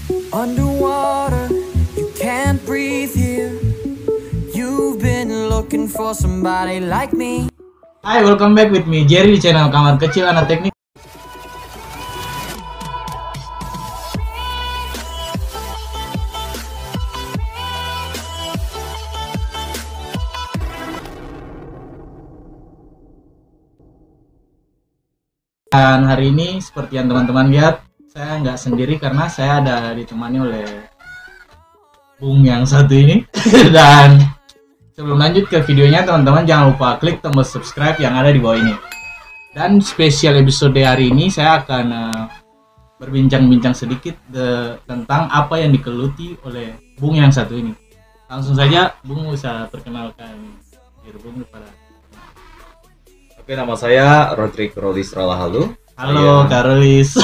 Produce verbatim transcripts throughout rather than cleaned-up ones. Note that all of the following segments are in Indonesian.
Underwater, you can't breathe here. You've been looking for somebody like me. Hai, welcome back with me Jerry di channel Kamar Kecil Anak Teknik. Dan hari ini seperti yang teman-teman lihat, saya nggak sendiri karena saya ada ditemani oleh Bung yang satu ini. Dan sebelum lanjut ke videonya, teman-teman jangan lupa klik tombol subscribe yang ada di bawah ini. Dan spesial episode hari ini saya akan uh, berbincang-bincang sedikit de, tentang apa yang dikeluti oleh Bung yang satu ini. Langsung saja Bung bisa perkenalkan diri Bung kepada. Oke, nama saya Rodrik Rolis Ralahalu. Halo, Kak Rolis.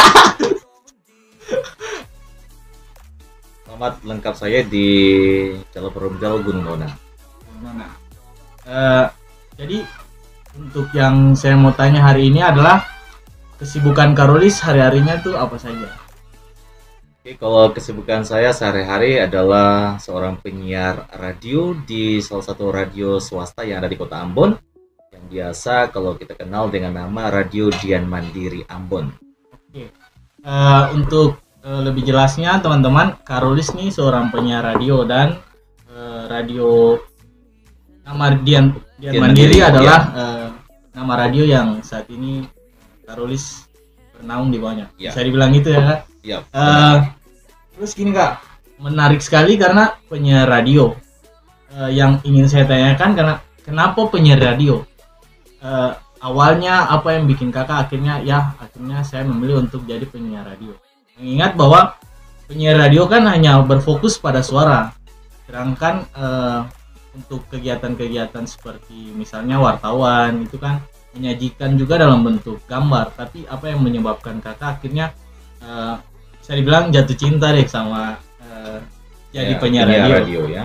Selamat lengkap saya di Jalan Perumdal Gunung Nona. Nah, uh, jadi untuk yang saya mau tanya hari ini adalah kesibukan Kak Rolis hari-harinya tuh apa saja? Oke, kalau kesibukan saya sehari-hari adalah seorang penyiar radio di salah satu radio swasta yang ada di Kota Ambon, yang biasa kalau kita kenal dengan nama Radio Dian Mandiri Ambon. Oke, uh, untuk uh, lebih jelasnya teman-teman, Kak Rolis nih seorang penyiar radio dan uh, radio nama Dian, Dian, Dian Mandiri, Mandiri adalah uh, nama radio yang saat ini Kak Rolis bernaung di bawahnya. Ya. Bisa dibilang gitu ya Kak? Iya. Uh, terus gini Kak, menarik sekali karena penyiar radio. Uh, yang ingin saya tanyakan karena kenapa penyiar radio? Uh, awalnya apa yang bikin kakak akhirnya ya akhirnya saya memilih untuk jadi penyiar radio. Mengingat bahwa penyiar radio kan hanya berfokus pada suara, sedangkan uh, untuk kegiatan-kegiatan seperti misalnya wartawan itu kan menyajikan juga dalam bentuk gambar. Tapi apa yang menyebabkan kakak akhirnya uh, bisa dibilang jatuh cinta deh sama uh, jadi ya, penyiar, penyiar radio. radio ya.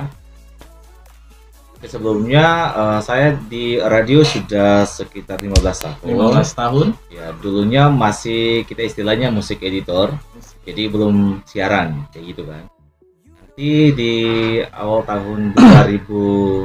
Sebelumnya uh, saya di radio sudah sekitar lima belas tahun. lima belas tahun. Ya, dulunya masih kita istilahnya musik editor. Jadi belum siaran kayak gitu kan. Nanti di awal tahun dua ribu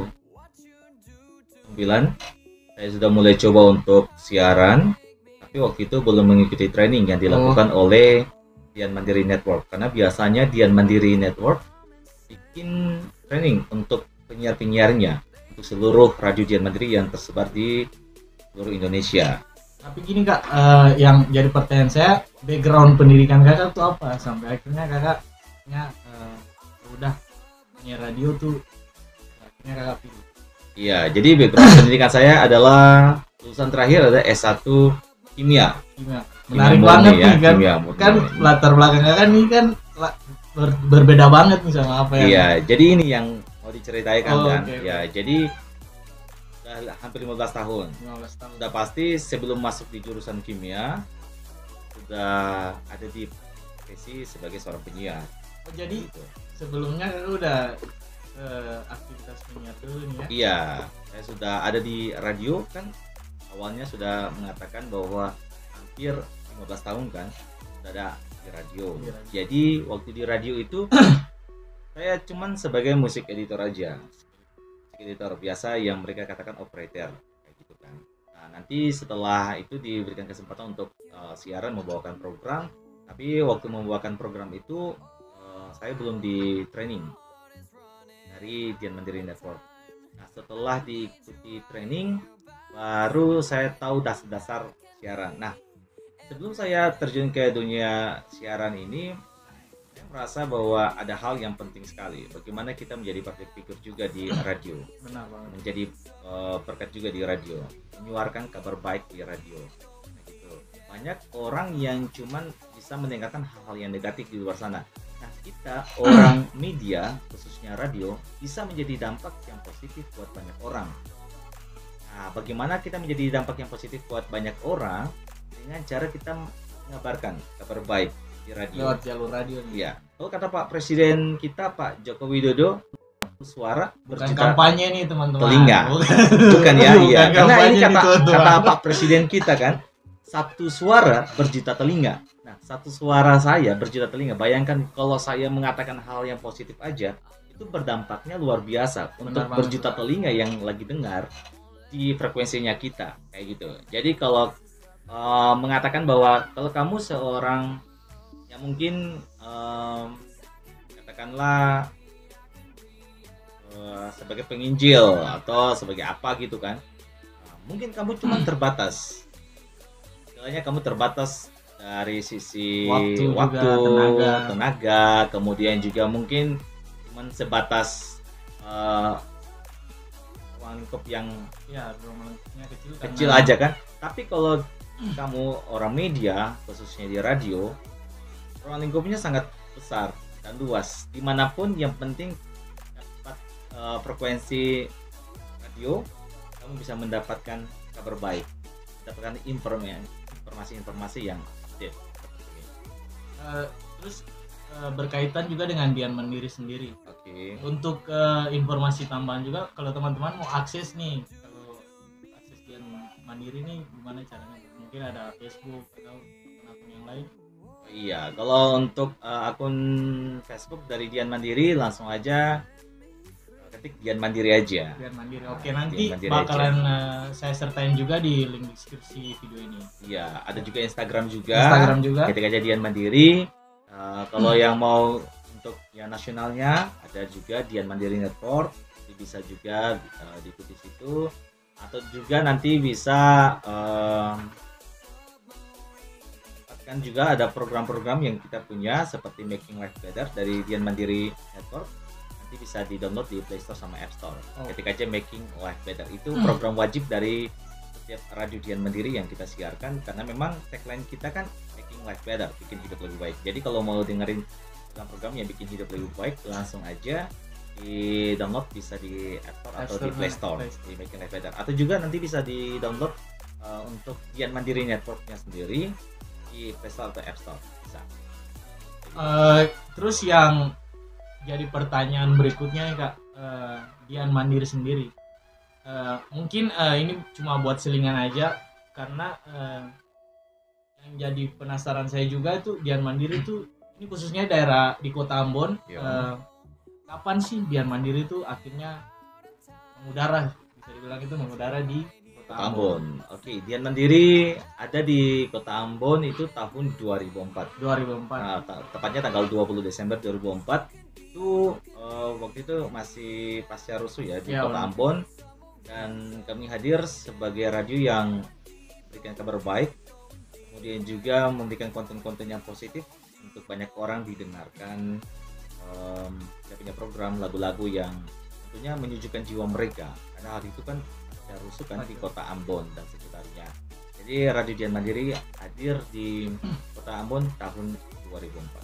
sembilan saya sudah mulai coba untuk siaran, tapi waktu itu belum mengikuti training yang dilakukan oh. oleh Dian Mandiri Network, karena biasanya Dian Mandiri Network bikin training untuk penyiar-penyiarnya untuk seluruh radio Dian Mandiri yang tersebar di seluruh Indonesia. Tapi gini Kak, uh, yang jadi pertanyaan saya, background pendidikan kakak tuh apa sampai akhirnya kakaknya uh, udah penyiar radio tuh akhirnya kakak pilih? Iya, jadi background pendidikan saya adalah lulusan terakhir ada S satu Kimia. Kimia. Menarik kimia banget ya, nih kan, kimia, kan latar belakang kakak nih kan ber, berbeda banget nih sama apa yang. Iya, jadi ini yang mau diceritakan oh, kan. Okay. Ya, jadi sudah hampir lima belas tahun. lima belas tahun. Sudah pasti sebelum masuk di jurusan kimia sudah ada di profesi sebagai seorang penyiar. Oh, jadi gitu. Sebelumnya kakak udah uh, aktivitas penyiar dulu nih ya? Iya, saya sudah ada di radio kan. Awalnya sudah mengatakan bahwa hampir lima belas tahun kan sudah ada di radio. Di radio. Jadi waktu di radio itu saya cuman sebagai musik editor aja. Musik editor biasa yang mereka katakan operator kayak gitu kan. Nah, nanti setelah itu diberikan kesempatan untuk uh, siaran membawakan program, tapi waktu membawakan program itu uh, saya belum di training dari Dian Mandiri Network. Nah, setelah diikuti training baru saya tahu dasar-dasar siaran. Nah, sebelum saya terjun ke dunia siaran ini, saya merasa bahwa ada hal yang penting sekali. Bagaimana kita menjadi public figure juga di radio. Benar banget. Menjadi uh, perkat juga di radio. Menyuarakan kabar baik di radio. Nah, gitu. Banyak orang yang cuman bisa mendengarkan hal-hal yang negatif di luar sana. Nah, kita orang media, khususnya radio, bisa menjadi dampak yang positif buat banyak orang. Nah, bagaimana kita menjadi dampak yang positif buat banyak orang? Dengan cara kita mengabarkan kabar baik di radio. Lewat jalur radio nih. Iya. Kalau kata Pak Presiden kita, Pak Joko Widodo, suara bukan kampanye nih teman-teman. Telinga. Bukan, bukan ya, iya. Karena ini kata kata Pak Presiden kita kan, satu suara berjuta telinga. Nah, satu suara saya berjuta telinga. Bayangkan kalau saya mengatakan hal yang positif aja, itu berdampaknya luar biasa untuk banget, berjuta Pak. telinga yang lagi dengar di frekuensinya kita, kayak gitu. Jadi kalau uh, mengatakan bahwa kalau kamu seorang yang mungkin um, katakanlah uh, sebagai penginjil atau sebagai apa gitu kan, uh, mungkin kamu cuma terbatas. Istilahnya kamu terbatas dari sisi Waktu juga, waktu, tenaga. tenaga, kemudian juga mungkin cuma sebatas uh, ruang lingkup yang Ya, ruang lingkupnya kecil, kecil karena- aja kan. Tapi kalau kamu orang media, khususnya di radio, ruang lingkupnya sangat besar dan luas. Dimanapun yang penting dapat uh, frekuensi radio, kamu bisa mendapatkan kabar baik, mendapatkan informasi informasi-informasi yang update. Eh, terus eh, berkaitan juga dengan Dian Mandiri sendiri. Oke. Untuk eh, informasi tambahan juga, kalau teman-teman mau akses nih, kalau akses Dian Mandiri nih gimana caranya? Mungkin ada Facebook atau akun yang lain. Iya, kalau untuk uh, akun Facebook dari Dian Mandiri langsung aja ketik Dian Mandiri aja. Dian Mandiri. Nah, Oke, nanti Dian Mandiri bakalan eh, saya sertain juga di link deskripsi video ini. Iya, ada juga Instagram juga. Instagram juga. Ketik aja Dian Mandiri. Uh, kalau yang mau untuk yang nasionalnya ada juga Dian Mandiri Network. Jadi bisa juga uh, diikuti situ. Atau juga nanti bisa um, dapatkan juga ada program-program yang kita punya seperti Making Life Better dari Dian Mandiri Network. Nanti bisa di-download di Play Store sama App Store. Oh. Ketik aja Making Life Better. Itu program wajib dari setiap radio Dian Mandiri yang kita siarkan, karena memang tagline kita kan Making Life Better, bikin hidup lebih baik. Jadi kalau mau dengerin program-program yang bikin hidup lebih baik, langsung aja di download, bisa di App Store App atau Store, di Play nah, Store, Play Store. di Making Life Better. Atau juga nanti bisa di download uh, untuk Dian Mandiri Networknya sendiri di Play Store atau App Store, bisa. Eh, terus yang jadi pertanyaan berikutnya nih Kak, eh, Dian Mandiri sendiri. Eh, mungkin eh, ini cuma buat selingan aja, karena eh, yang jadi penasaran saya juga itu Dian Mandiri itu, ini khususnya daerah di Kota Ambon. Iya. eh, kapan sih Dian Mandiri itu akhirnya mengudara, bisa dibilang itu mengudara di Kota Kota Ambon. Ambon. Oke, Dian Mandiri ada di Kota Ambon itu tahun dua ribu empat. dua ribu empat. Nah, te- tepatnya tanggal dua puluh Desember dua ribu empat. Itu uh, waktu itu masih pasca rusuh ya di Ya, Kota benar. Ambon, dan kami hadir sebagai radio yang memberikan kabar baik, kemudian juga memberikan konten-konten yang positif untuk banyak orang didengarkan. Um, kita punya program lagu-lagu yang tentunya menyejukkan jiwa mereka, karena hari itu kan ada rusuh kan di Kota Ambon dan sekitarnya. Jadi Radio Dian Mandiri hadir di Kota Ambon tahun dua ribu empat.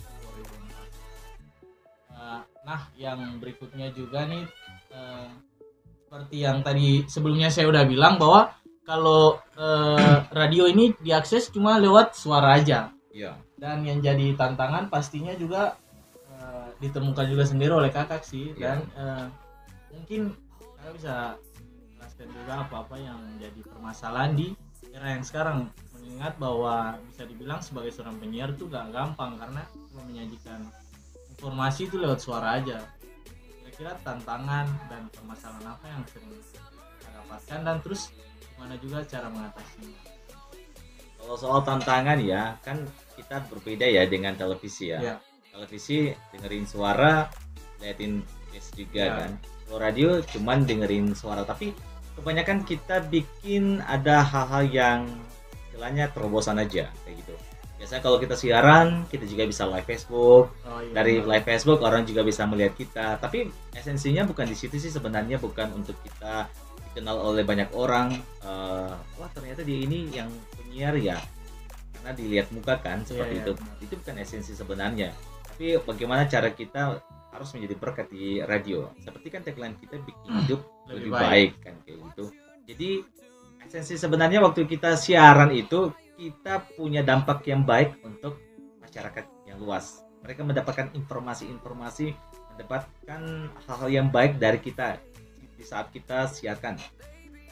Eh, Nah, yang berikutnya juga nih, eh, seperti yang tadi sebelumnya saya udah bilang bahwa kalau eh, radio ini diakses cuma lewat suara aja, Iya. dan yang jadi tantangan pastinya juga eh, ditemukan juga sendiri oleh kakak sih, Iya. dan eh, mungkin kakak bisa jelaskan juga apa-apa yang jadi permasalahan di era yang sekarang, mengingat bahwa bisa dibilang sebagai seorang penyiar tuh gak gampang karena cuma menyajikan informasi itu lewat suara aja. Kira-kira tantangan dan permasalahan apa yang sering kita dapatkan, dan terus gimana juga cara mengatasinya? Kalau soal tantangan ya, kan kita berbeda ya dengan televisi ya. Iya. Televisi dengerin suara, liatin face juga Ya. kan. Kalau radio cuman dengerin suara, tapi kebanyakan kita bikin ada hal-hal yang istilahnya terobosan aja kayak gitu. Biasanya kalau kita siaran, kita juga bisa live Facebook. Oh, iya, Dari benar. live Facebook orang juga bisa melihat kita. Tapi esensinya bukan di situ sih sebenarnya, bukan untuk kita dikenal oleh banyak orang. Eh, wah ternyata dia ini yang penyiar ya, karena dilihat muka kan seperti Iya, itu. iya, benar. Itu bukan esensi sebenarnya. Tapi bagaimana cara kita harus menjadi berkat di radio. Seperti kan tagline kita, bikin hidup lebih, Lebih baik. kan kayak gitu. Jadi esensi sebenarnya waktu kita siaran itu, kita punya dampak yang baik untuk masyarakat yang luas. Mereka mendapatkan informasi-informasi, mendapatkan hal-hal yang baik dari kita di saat kita siarkan.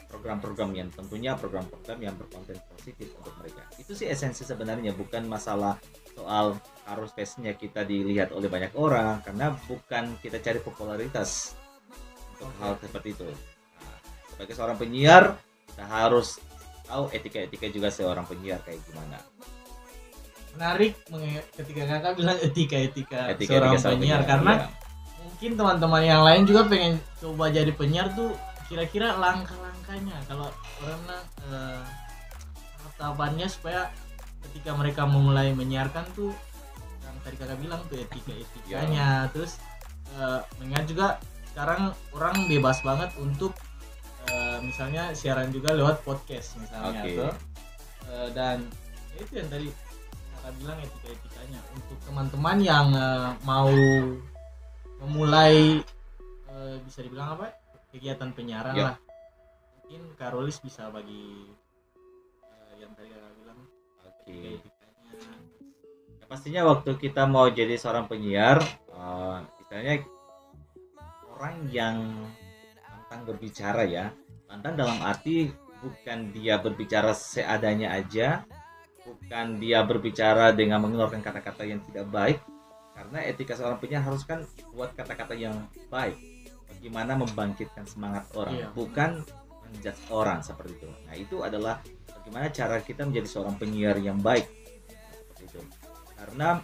program-program yang tentunya program-program yang berkonten positif untuk mereka. Itu sih esensi sebenarnya, bukan masalah soal harus pastinya kita dilihat oleh banyak orang, karena bukan kita cari popularitas untuk hal seperti itu. Nah, sebagai seorang penyiar kita harus tahu etika-etika juga seorang penyiar kayak gimana. Menarik ketika kakak bilang etika-etika Etika-etika seorang seorang penyiar, penyiar, karena iya. mungkin teman-teman yang lain juga pengen coba jadi penyiar tuh, kira-kira langkah-langkahnya kalau karena eh, tahapannya supaya ketika mereka memulai menyiarkan tuh yang tadi kakak bilang tuh etika-etikanya, terus eh, mengingat juga sekarang orang bebas banget untuk eh, misalnya siaran juga lewat podcast misalnya, Oke. tuh. Eh, dan itu yang tadi kakak bilang etika-etikanya untuk teman-teman yang eh, mau memulai eh, bisa dibilang apa kegiatan penyiaran Yep. lah, mungkin Karolis bisa bagi eh, yang tadi kakak bilang Oke. etika-etikanya. Ya, pastinya waktu kita mau jadi seorang penyiar, uh, istilahnya orang yang pantang berbicara ya. Pantang dalam arti bukan dia berbicara seadanya aja, bukan dia berbicara dengan mengeluarkan kata-kata yang tidak baik, karena etika seorang penyiar harus kan buat kata-kata yang baik. Bagaimana membangkitkan semangat orang, Iya. bukan menjudge orang seperti itu. Nah, itu adalah bagaimana cara kita menjadi seorang penyiar yang baik. Seperti itu. Karena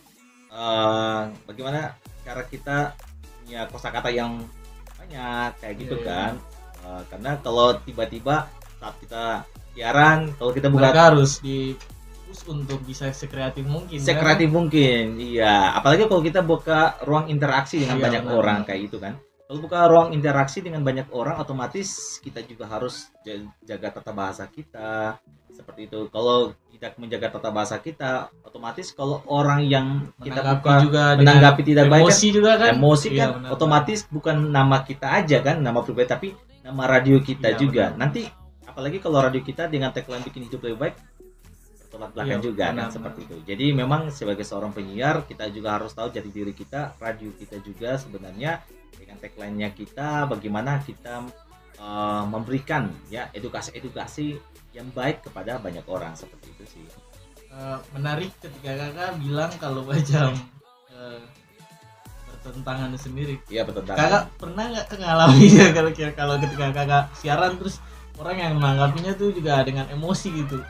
uh, bagaimana cara kita punya kosakata yang banyak kayak gitu Iya, kan. Uh, karena kalau tiba-tiba saat kita siaran, kalau kita buka Mereka harus di push untuk bisa sekreatif mungkin. sekreatif mungkin, iya. Apalagi kalau kita buka ruang interaksi dengan Iya, banyak benar, orang benar. kayak gitu kan. Kalau buka ruang interaksi dengan banyak orang, otomatis kita juga harus ja- jaga tata bahasa kita seperti itu. Kalau tidak menjaga tata bahasa kita, otomatis kalau orang yang kita Menanggapi buka juga menanggapi dengan tidak baik kan, emosi juga kan. emosi Iya, kan benar, otomatis bukan nama kita aja kan, nama pribadi, tapi nama radio kita Iya, juga. benar. Nanti apalagi kalau radio kita dengan tagline bikin hidup lebih baik, bertolak belakang Iya, juga benar, kan, seperti itu. Jadi memang sebagai seorang penyiar kita juga harus tahu jati diri kita, radio kita juga sebenarnya dengan tagline-nya kita bagaimana kita uh, memberikan ya edukasi-edukasi yang baik kepada banyak orang, seperti itu sih. Eh, menarik ketika kakak bilang kalau macam eh, bertentangan sendiri. Iya, betul. Kakak pernah nggak ngalamin ya kalau kalau ketika kakak siaran terus orang yang menanggapinya tuh juga dengan emosi gitu?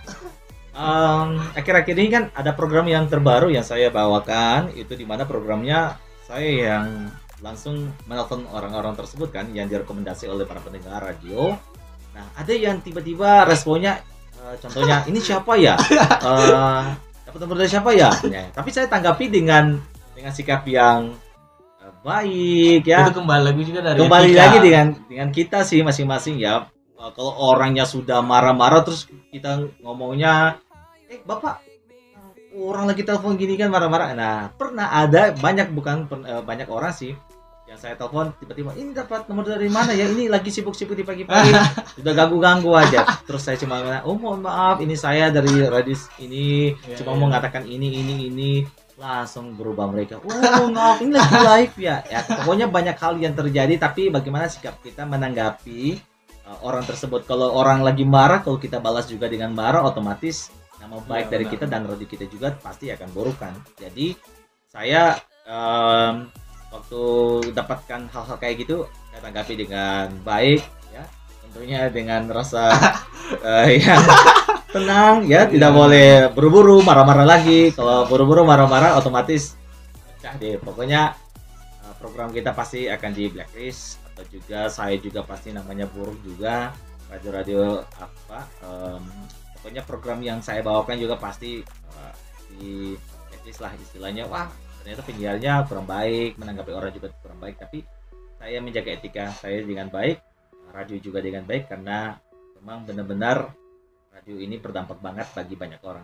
Um, akhir-akhir ini kan ada program yang terbaru yang saya bawakan, itu dimana programnya saya yang langsung menelpon orang-orang tersebut kan, yang direkomendasi oleh para pendengar radio. Nah, ada yang tiba-tiba responnya, uh, contohnya ini siapa ya, uh, dapat nomor dari siapa ya, ya. Tapi saya tanggapi dengan dengan sikap yang uh, baik ya. Itu kembali lagi juga dari Kembali etika. lagi dengan dengan kita sih masing-masing ya. Uh, kalau orangnya sudah marah-marah terus kita ngomongnya, eh bapak, orang lagi telepon gini kan marah-marah. Nah, pernah ada banyak bukan per- uh, banyak orang sih yang saya telepon tiba-tiba, ini dapat nomor dari mana ya, ini lagi sibuk-sibuk di pagi-pagi, sudah ganggu-ganggu aja. Terus saya cuma bilang, oh mohon maaf, ini saya dari radis ini, Ya, cuma ya. mau ngatakan ini ini ini. Langsung berubah mereka, oh maaf ini lagi live ya. Ya pokoknya banyak hal yang terjadi, tapi bagaimana sikap kita menanggapi uh, orang tersebut. Kalau orang lagi marah, kalau kita balas juga dengan marah, otomatis nama baik Ya, dari benar. kita dan radio kita juga pasti akan buruk kan. Jadi saya um, waktu dapatkan hal-hal kayak gitu, saya tanggapi dengan baik ya, tentunya dengan rasa uh, yang tenang ya, tidak boleh buru-buru marah-marah lagi. Kalau buru-buru marah-marah otomatis pecah deh. Pokoknya uh, program kita pasti akan di blacklist, atau juga saya juga pasti namanya buruk juga, radio-radio apa um, pokoknya program yang saya bawakan juga pasti uh, di blacklist lah istilahnya. Wah, ternyata penyiarnya kurang baik, menanggapi orang juga kurang baik. Tapi saya menjaga etika saya dengan baik, radio juga dengan baik, karena memang benar-benar radio ini berdampak banget bagi banyak orang.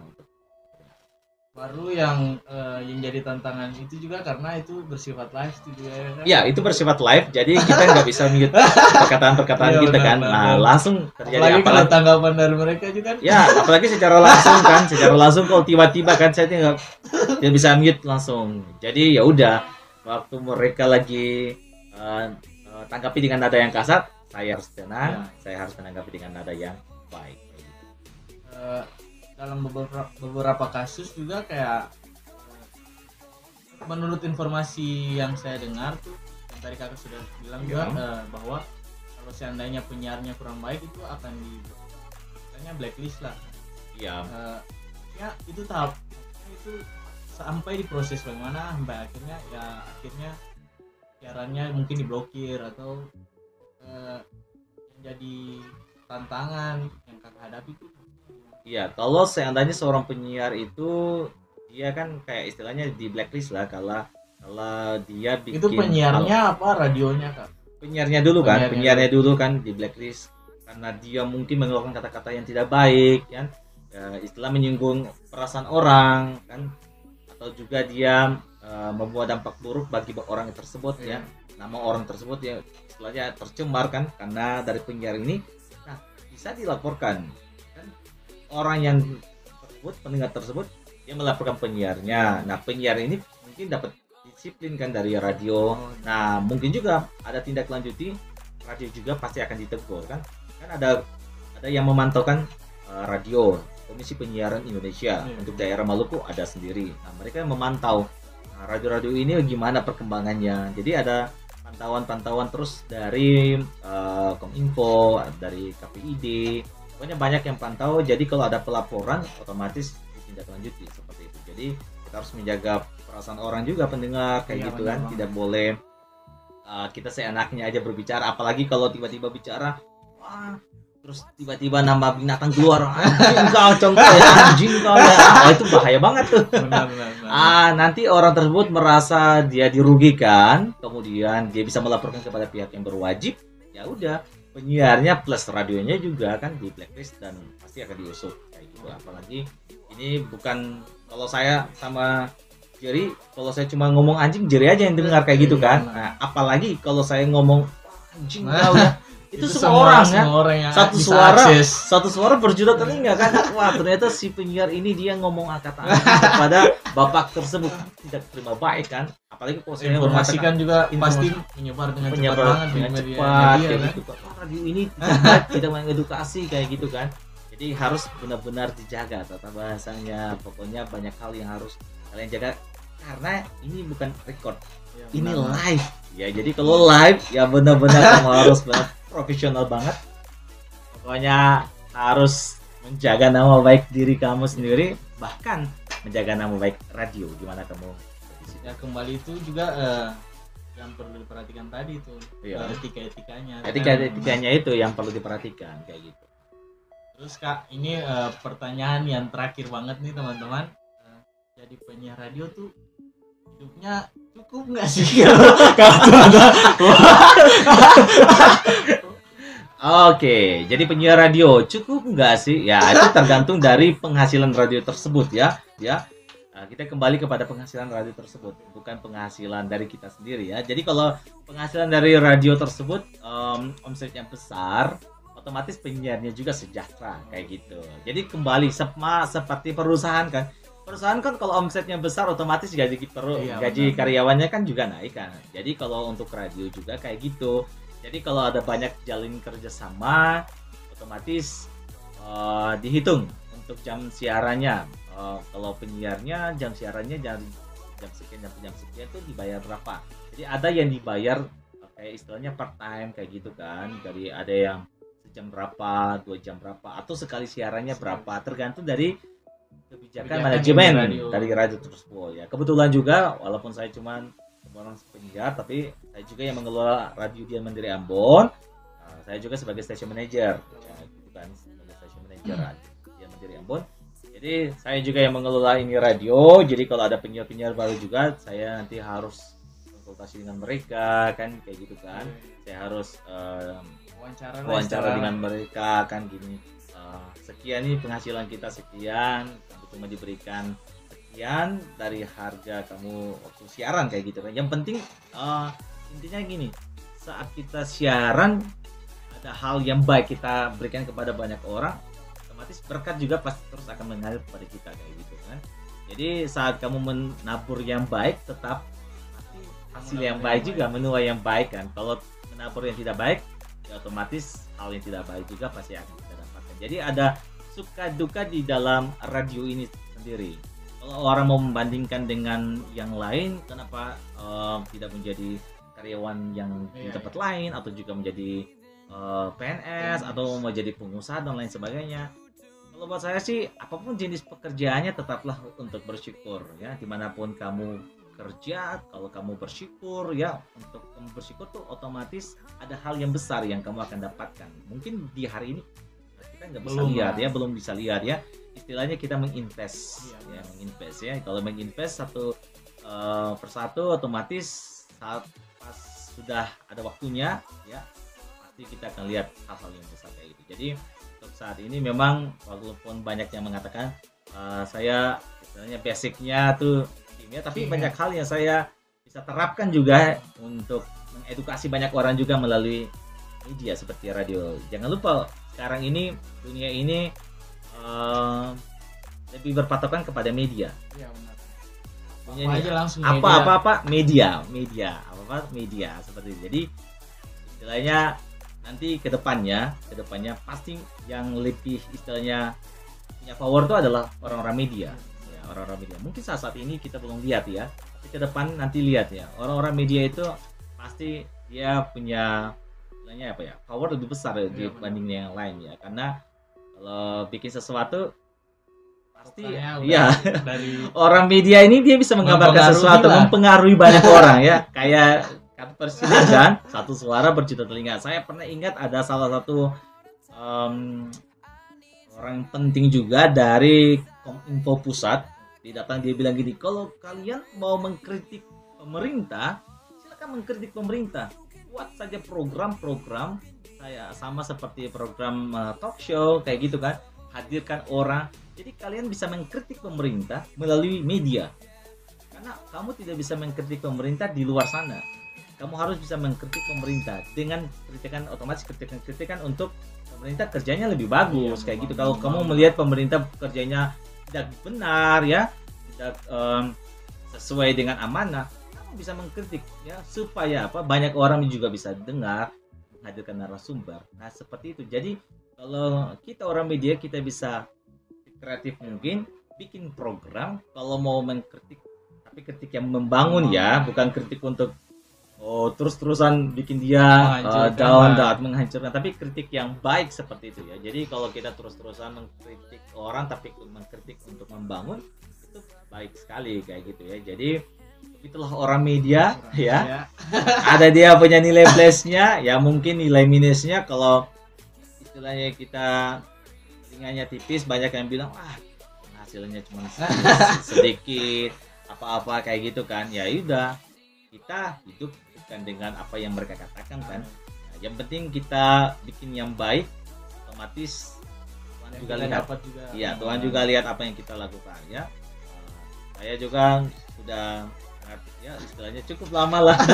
Baru yang eh, yang jadi tantangan itu juga karena itu bersifat live juga ya kan? Ya, itu bersifat live, jadi kita nggak bisa mute perkataan-perkataan Iya, kita benar, kan. benar, Nah, benar. langsung terjadi Apalagi kalau apalagi. tanggapan dari mereka juga kan? Ya, apalagi secara langsung kan, secara langsung kalau tiba-tiba kan saya tidak tidak bisa mute langsung. Jadi ya udah, waktu mereka lagi uh, uh, tanggapi dengan nada yang kasar, saya harus tenang, Ya. saya harus menanggapi dengan nada yang baik. Eh, dalam beberapa beberapa kasus juga kayak eh, menurut informasi yang saya dengar tuh yang tadi kakak sudah bilang Ya. juga eh, bahwa kalau seandainya penyiarnya kurang baik itu akan di misalnya blacklist lah. Iya. Eh, ya itu tahap itu sampai diproses bagaimana sampai akhirnya ya akhirnya siarannya mungkin diblokir atau eh, menjadi tantangan yang kakak hadapi itu. Iya, kalau seandainya seorang penyiar itu dia kan kayak istilahnya di blacklist lah kalau kalau dia bikin Itu penyiarnya hal- apa radionya kak? penyiarnya dulu kan, Penyiarnya penyiarnya dulu kan di blacklist karena dia mungkin mengeluarkan kata-kata yang tidak baik kan, ya, istilah menyinggung perasaan orang kan, atau juga dia eh, membuat dampak buruk bagi orang tersebut ya, nama orang tersebut ya istilahnya tercemar kan karena dari penyiar ini. Nah, bisa dilaporkan kan orang yang tersebut, pendengar tersebut dia melaporkan penyiarnya. Nah, penyiar ini mungkin dapat disiplin kan dari radio. Nah, mungkin juga ada tindak lanjuti, radio juga pasti akan ditegur kan. Kan ada ada yang memantaukan uh, radio, Komisi Penyiaran Indonesia Hmm. untuk daerah Maluku ada sendiri. Nah, mereka yang memantau nah, radio-radio ini gimana perkembangannya. Jadi ada pantauan-pantauan terus dari uh, Kominfo, dari K P I D. Pokoknya banyak yang pantau. Jadi kalau ada pelaporan otomatis ditindaklanjuti seperti itu. Jadi kita harus menjaga perasaan orang juga pendengar kayak Iya, gitu benar kan. banget. Tidak boleh uh, kita seenaknya aja berbicara, apalagi kalau tiba-tiba bicara wah terus tiba-tiba nambah binatang keluar, anjing kau contoh ya, anjing kau ya. Oh, itu bahaya banget tuh. Benar, benar, benar. Ah, nanti orang tersebut merasa dia dirugikan, kemudian dia bisa melaporkan kepada pihak yang berwajib. Ya udah, penyiarnya plus radionya juga kan di blacklist dan pasti akan diusut kayak gitu. Apalagi ini bukan kalau saya sama Jerry, kalau saya cuma ngomong anjing, Jerry aja yang dengar kayak gitu kan. Nah, apalagi kalau saya ngomong anjing kau ya. Itu, itu semua orang kan. Semua orang yang Satu bisa suara, akses. satu suara berjuta telinga kan. Wah, ternyata si penyiar ini dia ngomong kata anjing kepada bapak tersebut tidak terima baik kan. Apalagi kalau saya Informasi kan juga informasi- pasti menyebar dengan cepat penyebar banget di dengan media- cepat media, kayak kan? gitu kan. Oh, radio ini tidak baik, tidak mengedukasi kayak gitu kan. Jadi harus benar-benar dijaga tata bahasanya. Pokoknya banyak hal yang harus kalian jaga karena ini bukan record, Ya, ini benar. live. Ya jadi kalau live ya benar-benar kamu harus benar profesional banget. Pokoknya harus menjaga nama baik diri kamu sendiri, bahkan menjaga nama baik radio. Gimana kamu? Ya kembali itu juga eh, yang perlu diperhatikan tadi itu Iya. etika-etikanya. Etika-etikanya itu yang perlu diperhatikan kayak gitu. Terus kak, ini eh, pertanyaan yang terakhir banget nih teman-teman. Eh, jadi penyiar radio tuh hidupnya cukup nggak sih? Oke, jadi penyiar radio cukup nggak sih? Ya itu tergantung dari penghasilan radio tersebut ya. Ya, nah, kita kembali kepada penghasilan radio tersebut, bukan penghasilan dari kita sendiri ya. Jadi kalau penghasilan dari radio tersebut um, omsetnya besar, otomatis penyiarnya juga sejahtera kayak gitu. Jadi kembali sama seperti perusahaan kan. Perusahaan kan kalau omsetnya besar otomatis gaji perlu Iya, gaji benar. karyawannya kan juga naik kan. Jadi kalau untuk radio juga kayak gitu. Jadi kalau ada banyak jalin kerjasama, otomatis uh, dihitung untuk jam siarannya. Uh, kalau penyiarnya jam siarannya jam jam sekian jam jam sekian itu dibayar berapa? Jadi ada yang dibayar uh, kayak istilahnya part time kayak gitu kan. Dari ada yang sejam berapa, dua jam berapa, atau sekali siarannya berapa, tergantung dari kebijakan Kebijakan manajemen dari radio. dari radio tersebut ya. Kebetulan juga walaupun saya cuman orang penyiar, tapi saya juga yang mengelola Radio Dian Mandiri Ambon. Nah, saya juga sebagai station manager, ya, gitu kan, sebagai station manager Radio Dian Mandiri Ambon. Jadi saya juga yang mengelola ini radio. Jadi kalau ada penyiar-penyiar baru juga, saya nanti harus konsultasi dengan mereka, kan kayak gitu kan. Saya harus um, wawancara, lah wawancara istilah. dengan mereka, kan gini. Uh, sekian nih penghasilan kita sekian, kamu cuma diberikan sekian dari harga kamu waktu siaran kayak gitu kan. Yang penting uh, intinya gini, saat kita siaran ada hal yang baik kita berikan kepada banyak orang, otomatis berkat juga pasti terus akan mengalir kepada kita kayak gitu kan. Jadi saat kamu menabur yang baik, tetap pasti hasil yang baik juga, menuai yang baik kan. Kalau menabur yang tidak baik, ya otomatis hal yang tidak baik juga pasti akan kita dapatkan. Jadi ada suka duka di dalam radio ini sendiri. Kalau orang mau membandingkan dengan yang lain, kenapa uh, tidak menjadi karyawan yang di tempat iya. lain atau juga menjadi uh, P N S P N S atau mau jadi pengusaha dan lain sebagainya. Kalau buat saya sih apapun jenis pekerjaannya tetaplah untuk bersyukur ya, dimanapun kamu kerja, kalau kamu bersyukur ya, untuk kamu bersyukur tuh otomatis ada hal yang besar yang kamu akan dapatkan. Mungkin di hari ini kita nggak bisa belum lihat ya, belum bisa lihat ya. Istilahnya kita menginvest iya, ya, menginvest ya. Kalau menginvest satu uh, persatu otomatis saat pas sudah ada waktunya ya pasti kita akan lihat hal-hal yang besar kayak gitu. Jadi untuk saat ini memang walaupun banyak yang mengatakan uh, saya istilahnya basicnya tuh kimia, tapi yeah. banyak hal yang saya bisa terapkan juga untuk mengedukasi banyak orang juga melalui media seperti radio. Jangan lupa sekarang ini dunia ini uh, lebih berpatokan kepada media. Iya benar. Apa aja langsung apa, media. apa apa media media apa apa media seperti itu. Jadi istilahnya nanti kedepannya kedepannya pasti yang lebih istilahnya punya power itu adalah orang-orang media ya, orang-orang media. Mungkin saat saat ini kita belum lihat ya, tapi ke depan nanti lihat ya, orang-orang media itu pasti dia punya istilahnya apa ya, power lebih besar ya, dibanding yang lain ya, karena kalau bikin sesuatu pasti ya dari orang media ini dia bisa menggambarkan sesuatu lah. Mempengaruhi banyak orang ya, kayak kata presiden kan, satu suara berjuta telinga. Saya pernah ingat ada salah satu um, orang penting juga dari Kominfo Pusat, dia datang dia bilang gini, kalau kalian mau mengkritik pemerintah silakan mengkritik pemerintah, buat saja program-program saya sama seperti program uh, talk show kayak gitu kan, hadirkan orang. Jadi kalian bisa mengkritik pemerintah melalui media. Karena kamu tidak bisa mengkritik pemerintah di luar sana. Kamu harus bisa mengkritik pemerintah dengan kritikan, otomatis kritikan-kritikan untuk pemerintah kerjanya lebih bagus iya, kayak gitu. Kalau kamu melihat pemerintah kerjanya tidak benar ya, tidak um, sesuai dengan amanah, kamu bisa mengkritik ya, supaya apa? Banyak orang juga bisa dengar, menghadirkan narasumber. Nah, seperti itu. Jadi kalau kita orang media, kita bisa kreatif mungkin bikin program kalau mau mengkritik, tapi kritik yang membangun ya, bukan kritik untuk oh terus-terusan bikin dia uh, down dan menghancurkan, tapi kritik yang baik seperti itu ya. Jadi kalau kita terus-terusan mengkritik orang tapi mengkritik untuk membangun, itu baik sekali kayak gitu ya. Jadi itulah orang media orang ya media. Ada dia punya nilai plusnya ya, mungkin nilai minusnya kalau istilahnya kita telinganya tipis, banyak yang bilang wah hasilnya cuma sedikit apa-apa kayak gitu kan. Ya udah, kita hidup bukan dengan apa yang mereka katakan kan. Nah, yang penting kita bikin yang baik, otomatis Tuhan yang juga lihat juga. Iya, Tuhan juga lihat apa yang kita lakukan ya. Uh, saya juga sudah ya istilahnya cukup lama lah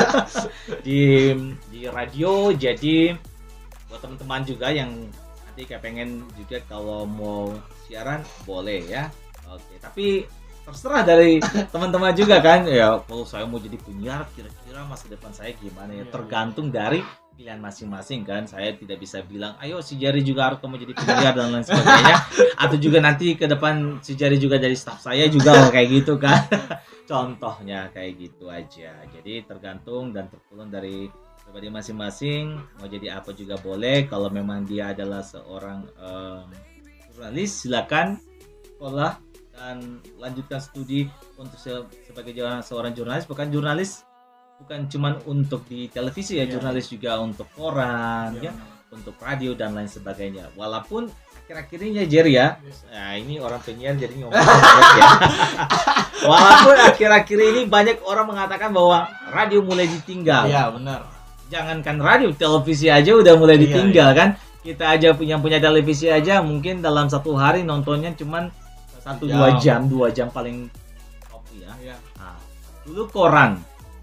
di di radio. Jadi buat teman-teman juga yang nanti kayak pengen juga kalau mau siaran boleh ya. Oke, tapi terserah dari teman-teman juga kan ya, kalau saya mau jadi penyiar kira-kira masa depan saya gimana ya, tergantung dari pilihan masing-masing kan. Saya tidak bisa bilang ayo si Jari juga harus kamu jadi penyiar dan lain sebagainya, atau juga nanti ke depan si Jari juga dari staff saya juga kayak gitu kan. Contohnya kayak gitu aja. Jadi tergantung dan terpulang dari pribadi masing-masing, mau jadi apa juga boleh. Kalau memang dia adalah seorang um, jurnalis, silakan sekolah dan lanjutkan studi untuk se sebagai seorang jurnalis. Bukan jurnalis bukan cuma untuk di televisi ya, yeah. Jurnalis juga untuk koran yeah. ya, untuk radio dan lain sebagainya. Walaupun akhir-akhir ini ya Jerry ya, yes. Nah ini orang penyiar jadi ngomong ya. Walaupun akhir-akhir ini banyak orang mengatakan bahwa radio mulai ditinggal. Iya benar. Jangankan radio, televisi aja udah mulai ditinggal iya, iya. kan. Kita aja punya punya televisi aja mungkin dalam satu hari nontonnya cuman satu dua jam, dua jam paling top ya. Iya. Nah, dulu koran,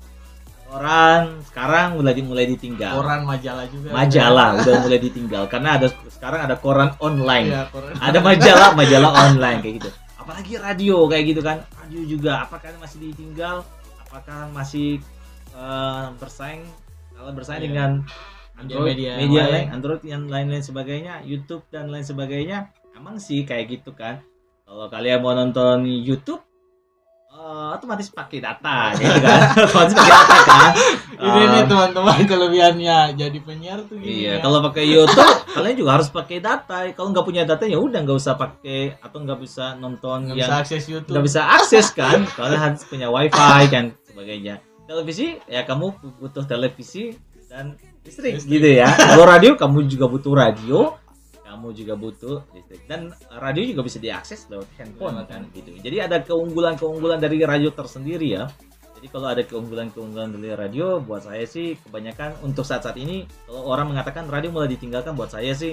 koran sekarang mulai mulai ditinggal. Koran majalah juga. Majalah ya. Udah mulai ditinggal karena ada sekarang ada koran online. Iya, koran. Ada majalah majalah online kayak gitu. Apalagi radio kayak gitu kan. Radio juga apakah masih ditinggal? Apakah masih uh, bersaing? Kalau bersaing yeah. dengan Android, media, media lain. lain, Android yang lain-lain sebagainya, YouTube dan lain sebagainya. Emang sih kayak gitu kan. Kalau kalian mau nonton YouTube, uh, otomatis pakai data, gitu kan. Otomatis pakai data kan. Ini nih Um, teman-teman kelebihannya jadi penyiar tuh gini. Iya, ya. kalau pakai YouTube kalian juga harus pakai data. Kalau nggak punya data ya udah nggak usah pakai atau nggak bisa nonton nggak yang bisa akses YouTube. nggak bisa akses kan. Kalian harus punya wifi dan sebagainya. Televisi ya kamu butuh televisi dan listrik, Listrik. gitu ya. Kalau radio kamu juga butuh radio, kamu juga butuh listrik dan radio juga bisa diakses lewat handphone kan gitu. Jadi ada keunggulan-keunggulan dari radio tersendiri ya. Jadi kalau ada keunggulan-keunggulan dari radio, buat saya sih kebanyakan untuk saat-saat ini kalau orang mengatakan radio mulai ditinggalkan, buat saya sih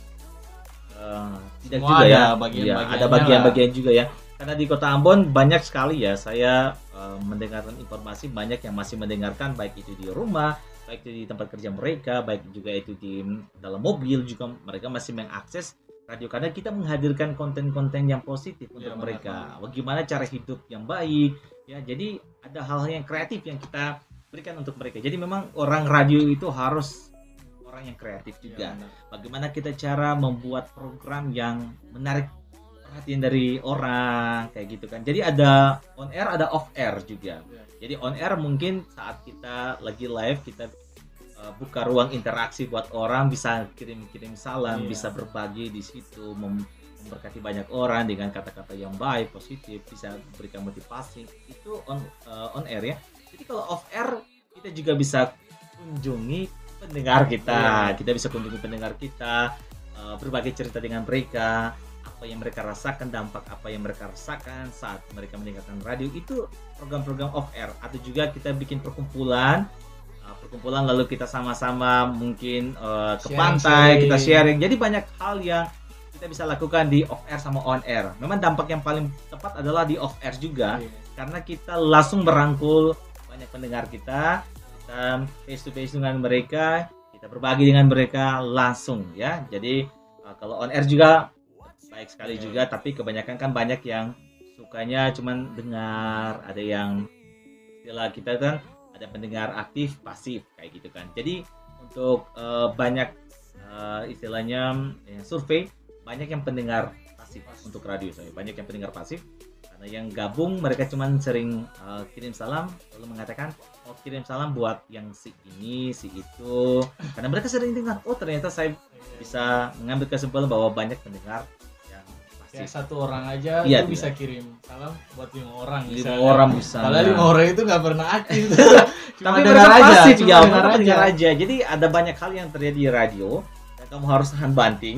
uh, tidak Semua juga ada ya. bagian-bagiannya Iya, ada bagian-bagian juga ya. Karena di Kota Ambon banyak sekali ya saya uh, mendengarkan informasi, banyak yang masih mendengarkan baik itu di rumah, baik itu di tempat kerja mereka, baik juga itu di dalam mobil juga mereka masih mengakses radio karena kita menghadirkan konten-konten yang positif untuk Ya, mereka. Bagaimana cara hidup yang baik ya. Jadi ada hal-hal yang kreatif yang kita berikan untuk mereka. Jadi memang orang radio itu harus orang yang kreatif juga. Ya, Bagaimana kita cara membuat program yang menarik perhatian dari orang kayak gitu kan. Jadi ada on air, ada off air juga. Jadi on air mungkin saat kita lagi live kita uh, buka ruang interaksi buat orang bisa kirim-kirim salam, Iya. bisa berbagi di situ, mem- memberkati banyak orang dengan kata-kata yang baik, positif, bisa memberikan motivasi. Itu on uh, on air ya. Jadi kalau off air kita juga bisa kunjungi pendengar kita. Iya. Kita bisa kunjungi pendengar kita, uh, berbagi cerita dengan mereka, apa yang mereka rasakan, dampak apa yang mereka rasakan saat mereka mendengarkan radio. Itu program-program off air. Atau juga kita bikin perkumpulan uh, perkumpulan lalu kita sama-sama mungkin uh, ke Sharing, pantai, sharing. kita sharing. Jadi banyak hal yang kita bisa lakukan di off air sama on air. Memang dampak yang paling tepat adalah di off air juga, Iya. karena kita langsung merangkul banyak pendengar kita, kita face to face dengan mereka, kita berbagi dengan mereka langsung ya. Jadi uh, kalau on air juga baik sekali juga, tapi kebanyakan kan banyak yang sukanya cuman dengar, ada yang istilah kita kan ada pendengar aktif, pasif kayak gitu kan. Jadi untuk uh, banyak uh, istilahnya ya, survei, banyak yang pendengar pasif untuk radio saya, banyak yang pendengar pasif karena yang gabung mereka cuman sering uh, kirim salam lalu mengatakan oh kirim salam buat yang si ini si itu, karena mereka sering dengar. Oh ternyata saya bisa mengambil kesimpulan bahwa banyak pendengar yang Ya, pasif. satu orang aja Iya, itu iya. bisa kirim salam buat lima orang. Lima misalnya. orang bisa. Padahal lima orang itu nggak pernah aktif. Cuma Tapi dengar mereka aja, pasif cuma ya, dengar mereka aja. pendengar aja. Jadi ada banyak hal yang terjadi di radio dan kamu harus tahan banting.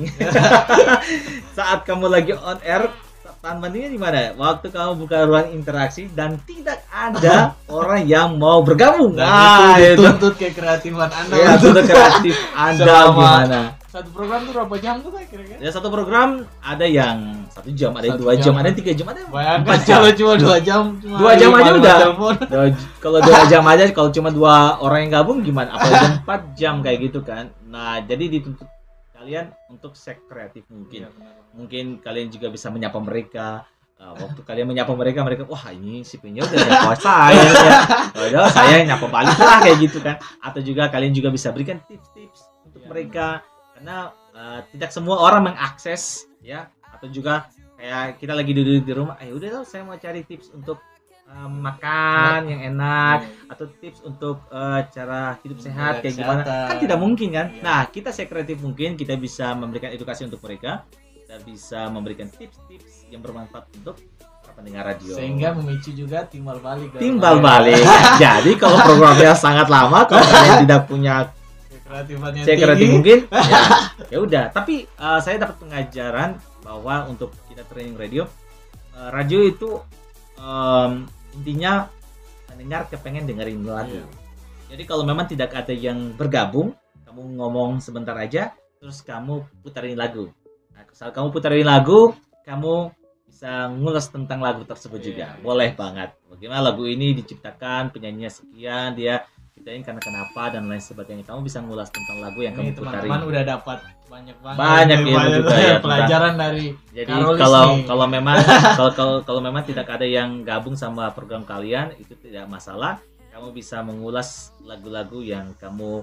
Saat kamu lagi on air, tahan bantingnya di mana? Waktu kamu buka ruang interaksi dan tidak ada orang yang mau bergabung. Dan Nah, itu itu. dituntut kekreatifan Anda. Ya, untuk itu kreatif Anda Selama- gimana? Satu program tuh berapa jam tuh Pak, kira-kira? Ya satu program ada yang satu jam, ada yang Satu dua jam. jam, ada yang tiga jam, ada yang Bayangkan empat jam. kalau cuma dua jam, cuma Dua jam lima- aja lima udah. telepon. Dua- Kalau dua jam aja, kalau cuma dua orang yang gabung gimana? Apalagi empat jam kayak gitu kan. Nah, jadi dituntut kalian untuk sek kreatif mungkin. Iya, benar. Mungkin kalian juga bisa menyapa mereka. Uh, waktu kalian menyapa mereka, mereka wah ini si Penya udah nyapa saya ya. Udah saya nyapa balik lah kayak gitu kan. Atau juga kalian juga bisa berikan tips-tips untuk Iya. mereka karena uh, tidak semua orang mengakses ya. Atau juga kayak kita lagi duduk di rumah, eh udah lah saya mau cari tips untuk uh, makan yang enak atau tips untuk uh, cara hidup sehat Menjaga kayak gimana, kesehatan. kan tidak mungkin kan. Iya. Nah kita sekreatif mungkin kita bisa memberikan edukasi untuk mereka, kita bisa memberikan tips-tips yang bermanfaat untuk para pendengar radio, Sehingga memicu juga timbal balik. dalam timbal radio. balik. Jadi kalau programnya sangat lama, kalau kalian tidak punya Kreatifannya saya kreatif tinggi. mungkin ya, ya udah. Tapi uh, saya dapat pengajaran bahwa untuk kita training radio, uh, radio itu um, intinya pendengar kepengen dengerin lagu. Iya. Jadi kalau memang tidak ada yang bergabung, kamu ngomong sebentar aja, terus kamu putarin lagu. Nah, saat kamu putarin lagu, kamu bisa ngulas tentang lagu tersebut Iya, juga. iya. Boleh banget. Bagaimana lagu ini diciptakan, penyanyinya sekian, dia ciptain karena kenapa dan lain sebagainya. Kamu bisa ngulas tentang lagu yang Ini kamu putarin. teman-teman udah dapat banyak banget. Banyak Banyak ilmu juga ya, pelajaran dari Jadi Karolis kalau nih. kalau memang kalau, kalau kalau memang tidak ada yang gabung sama program kalian, itu tidak masalah. Kamu bisa mengulas lagu-lagu yang kamu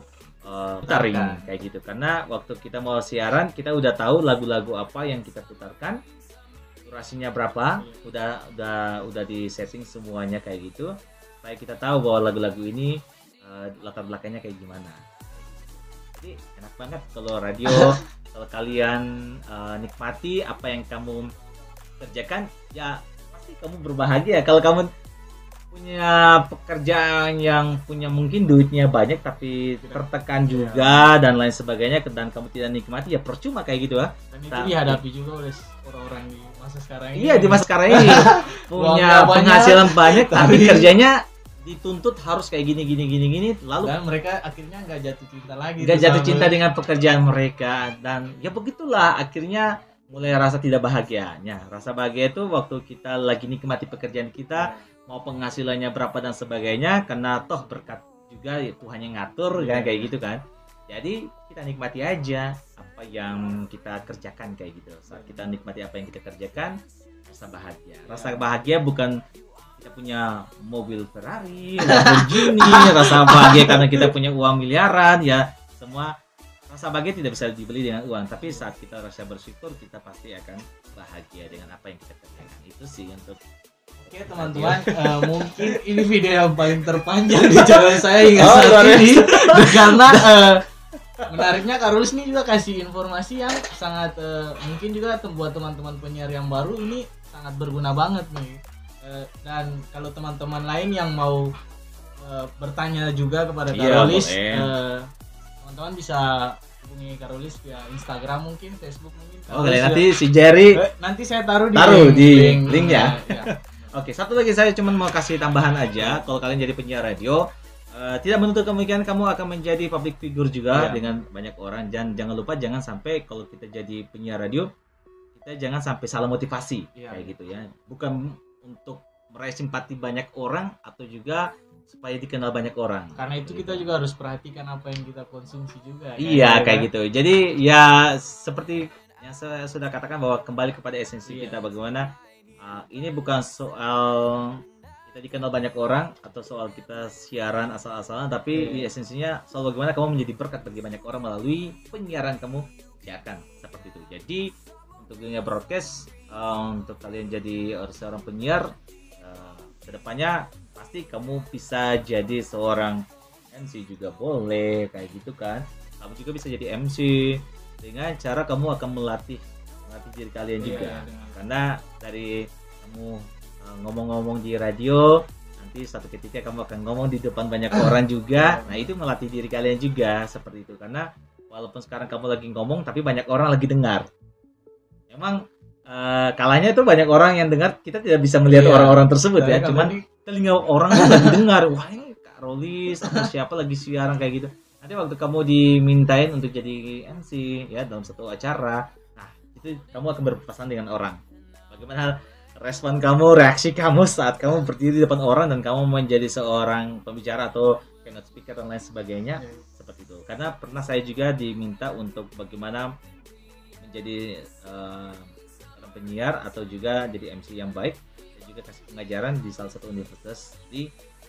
uh, putarin kayak gitu. Karena waktu kita mau siaran kita udah tahu lagu-lagu apa yang kita putarkan, durasinya berapa, iya. udah udah udah di setting semuanya kayak gitu. Supaya kita tahu bahwa lagu-lagu ini uh, latar belakangnya kayak gimana. Jadi enak banget kalau radio. Kalau kalian uh, nikmati apa yang kamu kerjakan, ya pasti kamu berbahagia. Kalau kamu punya pekerjaan yang punya mungkin duitnya banyak tapi tertekan juga dan lain sebagainya dan kamu tidak nikmati, ya percuma kayak gitu ya. Dan itu tapi dihadapi juga oleh orang-orang di masa sekarang ini. Iya, di masa sekarang ini punya penghasilan banyak tapi kerjanya dituntut harus kayak gini gini gini gini, lalu dan mereka akhirnya nggak jatuh cinta lagi, nggak jatuh cinta dengan pekerjaan mereka, dan ya begitulah akhirnya mulai rasa tidak bahagianya. Rasa bahagia itu waktu kita lagi nikmati pekerjaan kita, mau penghasilannya berapa dan sebagainya, karena toh berkat juga ya, Tuhan yang ngatur kan kayak gitu kan. Jadi kita nikmati aja apa yang kita kerjakan kayak gitu. Saat kita nikmati apa yang kita kerjakan, rasa bahagia. Rasa bahagia bukan kita punya mobil Ferrari, Lamborghini, rasa bahagia karena kita punya uang miliaran, ya semua rasa bahagia tidak bisa dibeli dengan uang. Tapi saat kita rasa bersyukur, kita pasti akan bahagia dengan apa yang kita kerjakan. Itu sih untuk. Oke teman-teman, uh, mungkin ini video yang paling terpanjang di channel saya hingga oh, saat ini karena uh, menariknya Carolus ini juga kasih informasi yang sangat uh, mungkin juga buat teman-teman penyiar yang baru ini sangat berguna banget nih. Uh, dan kalau teman-teman lain yang mau uh, bertanya juga kepada Carolus, iya, uh, teman-teman bisa hubungi Carolus via Instagram mungkin, Facebook mungkin. Oh, nanti si Jerry uh, nanti saya taruh di taruh link, di link, linknya. Uh, ya. Oke, satu lagi saya cuma mau kasih tambahan aja. Kalau kalian jadi penyiar radio, uh, tidak menutup kemungkinan kamu akan menjadi public figure juga yeah. dengan banyak orang. Dan jangan lupa jangan sampai kalau kita jadi penyiar radio, kita jangan sampai salah motivasi yeah. kayak gitu ya. Bukan untuk meraih simpati banyak orang atau juga supaya dikenal banyak orang. Karena itu kita juga harus perhatikan apa yang kita konsumsi juga. Iya, kayak gitu. Jadi ya seperti yang saya sudah katakan bahwa kembali kepada esensi yeah. kita bagaimana. Uh, ini bukan soal kita dikenal banyak orang atau soal kita siaran asal-asalan, tapi yeah. esensinya soal bagaimana kamu menjadi berkat bagi banyak orang melalui penyiaran kamu siarkan seperti itu. Jadi untuk dunia broadcast, uh, untuk kalian jadi seorang penyiar, uh, kedepannya pasti kamu bisa jadi seorang M C juga boleh kayak gitu kan. Kamu juga bisa jadi M C dengan cara kamu akan melatih melatih diri kalian yeah, juga yeah, karena dari kamu uh, ngomong-ngomong di radio, nanti suatu ketika kamu akan ngomong di depan banyak orang juga. Nah itu melatih diri kalian juga seperti itu, karena walaupun sekarang kamu lagi ngomong tapi banyak orang lagi dengar. Memang uh, kalanya itu banyak orang yang dengar, kita tidak bisa melihat yeah. orang-orang tersebut ya, cuman di... telinga orang lagi dengar, wah ini Carolus atau siapa lagi siaran kayak gitu. Nanti waktu kamu dimintain untuk jadi M C ya dalam satu acara, itu kamu akan berpapasan dengan orang. Bagaimana respon kamu, reaksi kamu saat kamu berdiri di depan orang dan kamu menjadi seorang pembicara atau keynote speaker dan lain sebagainya yeah. seperti itu. Karena pernah saya juga diminta untuk bagaimana menjadi uh, seorang penyiar atau juga jadi M C yang baik. Saya juga kasih pengajaran di salah satu universitas di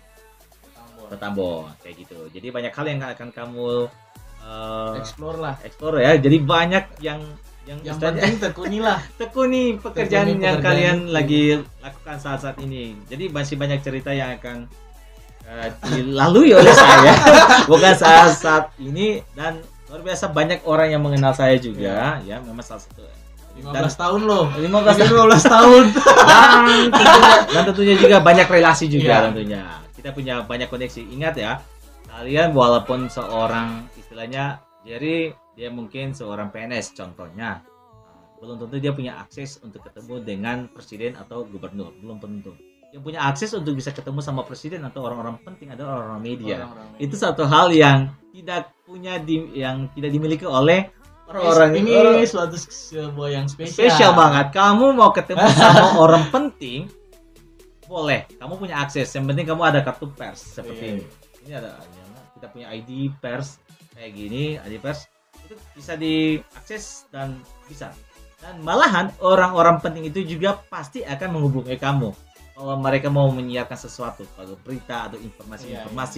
Tambon kayak gitu. Jadi banyak hal yang akan kamu uh, explore lah, explore ya. Jadi banyak yang yang, yang penting tekunilah tekuni pekerjaan tekuni yang pekerjaan kalian itu. Lagi lakukan saat-saat ini. Jadi masih banyak cerita yang akan uh, dilalui oleh saya bukan saat-saat ini, dan luar biasa banyak orang yang mengenal saya juga ya, ya memang salah satu lima belas tahun loh lima belas tahun dan tentunya, dan tentunya juga banyak relasi juga ya. Tentunya kita punya banyak koneksi. Ingat ya, kalian walaupun seorang istilahnya Jerry dia mungkin seorang P N S contohnya, belum tentu dia punya akses untuk ketemu dengan presiden atau gubernur, belum tentu. Yang punya akses untuk bisa ketemu sama presiden atau orang-orang penting adalah orang-orang media. Orang-orang media. Itu satu hal yang tidak punya di, yang tidak dimiliki oleh orang-orang ini. Orang, suatu sebuah yang spesial. Spesial banget. Kamu mau ketemu sama orang penting, boleh. Kamu punya akses. Yang penting kamu ada kartu pers seperti iya, ini. Ini ada kita punya I D pers kayak gini, I D pers. Itu bisa diakses dan bisa, dan malahan orang-orang penting itu juga pasti akan menghubungi kamu kalau mereka mau menyiarkan sesuatu, kalau berita atau informasi-informasi, yeah, yeah.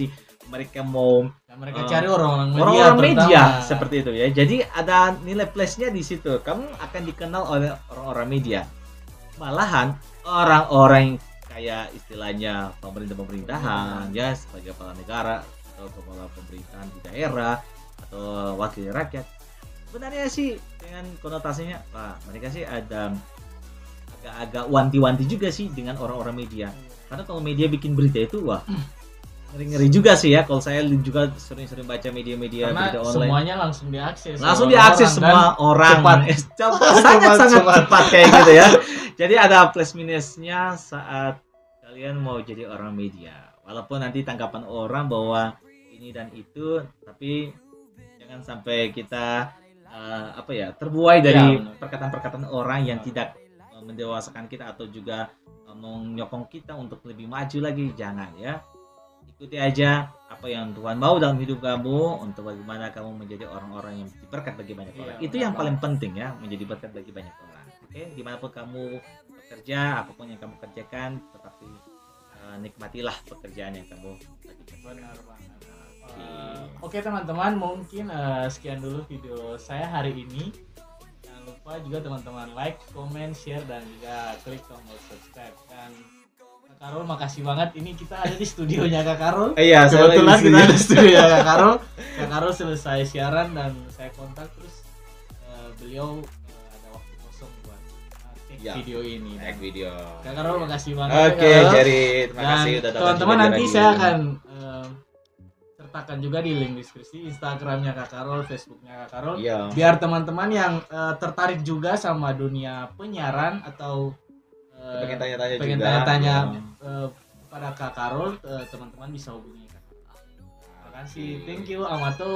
mereka mau Dan mereka uh, cari orang-orang media, orang-orang media terutama. seperti itu ya. Jadi ada nilai plusnya di situ. Kamu akan dikenal oleh orang-orang media. Malahan orang-orang kayak istilahnya pemerintah-pemerintahan ya, sebagai kepala negara atau kepala pemerintahan di daerah atau wakil rakyat, sebenarnya sih dengan konotasinya, wah mereka sih ada agak-agak wanti-wanti juga sih dengan orang-orang media. Karena kalau media bikin berita itu, wah ngeri-ngeri juga sih ya. Kalau saya juga sering-sering baca media-media Karena berita online, semuanya langsung diakses. langsung oleh diakses orang, semua dan orang, cepat. cepat, sangat-sangat cepat. cepat kayak gitu ya. Jadi ada plus minusnya saat kalian mau jadi orang media. Walaupun nanti tanggapan orang bahwa ini dan itu, tapi jangan sampai kita uh, apa ya terbuai dari Ya, perkataan-perkataan orang yang tidak uh, mendewasakan kita atau juga uh, menyokong kita untuk lebih maju lagi. Jangan ya. Ikuti aja apa yang Tuhan mau dalam hidup kamu, untuk bagaimana kamu menjadi orang-orang yang berkat bagi banyak Iya, orang. Itu benar yang paling banget. penting ya, menjadi berkat bagi banyak orang. Oke, dimanapun kamu bekerja, apapun yang kamu kerjakan, tetapi uh, nikmatilah pekerjaan yang kamu lakukan. Benar banget. Oke. Uh, Oke teman-teman, mungkin uh, sekian dulu video saya hari ini. Jangan lupa juga teman-teman like, comment, share, dan juga klik tombol subscribe. Dan Kak Karol, makasih banget. Ini kita ada di studionya Kak Karol. Iya, saya Kebetulan lagi kita di ada di studionya Kak Karol. Kak Karol selesai siaran dan saya kontak, terus uh, beliau uh, ada waktu kosong buat uh, take Ya, video ini. Dan Naik video. Kak Karol, makasih banget. Oke, Kak Karol. jadi terima Dan kasih udah datang teman-teman, juga di nanti radio. saya akan uh, sertakan juga di link deskripsi Instagramnya Kak Karol, Facebooknya Kak Karol, Iya. biar teman-teman yang uh, tertarik juga sama dunia penyiaran atau uh, Pengen tanya-tanya pengen juga. tanya-tanya Ya. uh, pada Kak Karol, uh, teman-teman bisa hubungi Kak Karol. Terima kasih, thank you, Amato.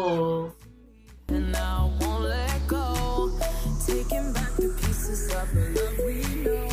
And I won't let go. Taking back the pieces of the love we know.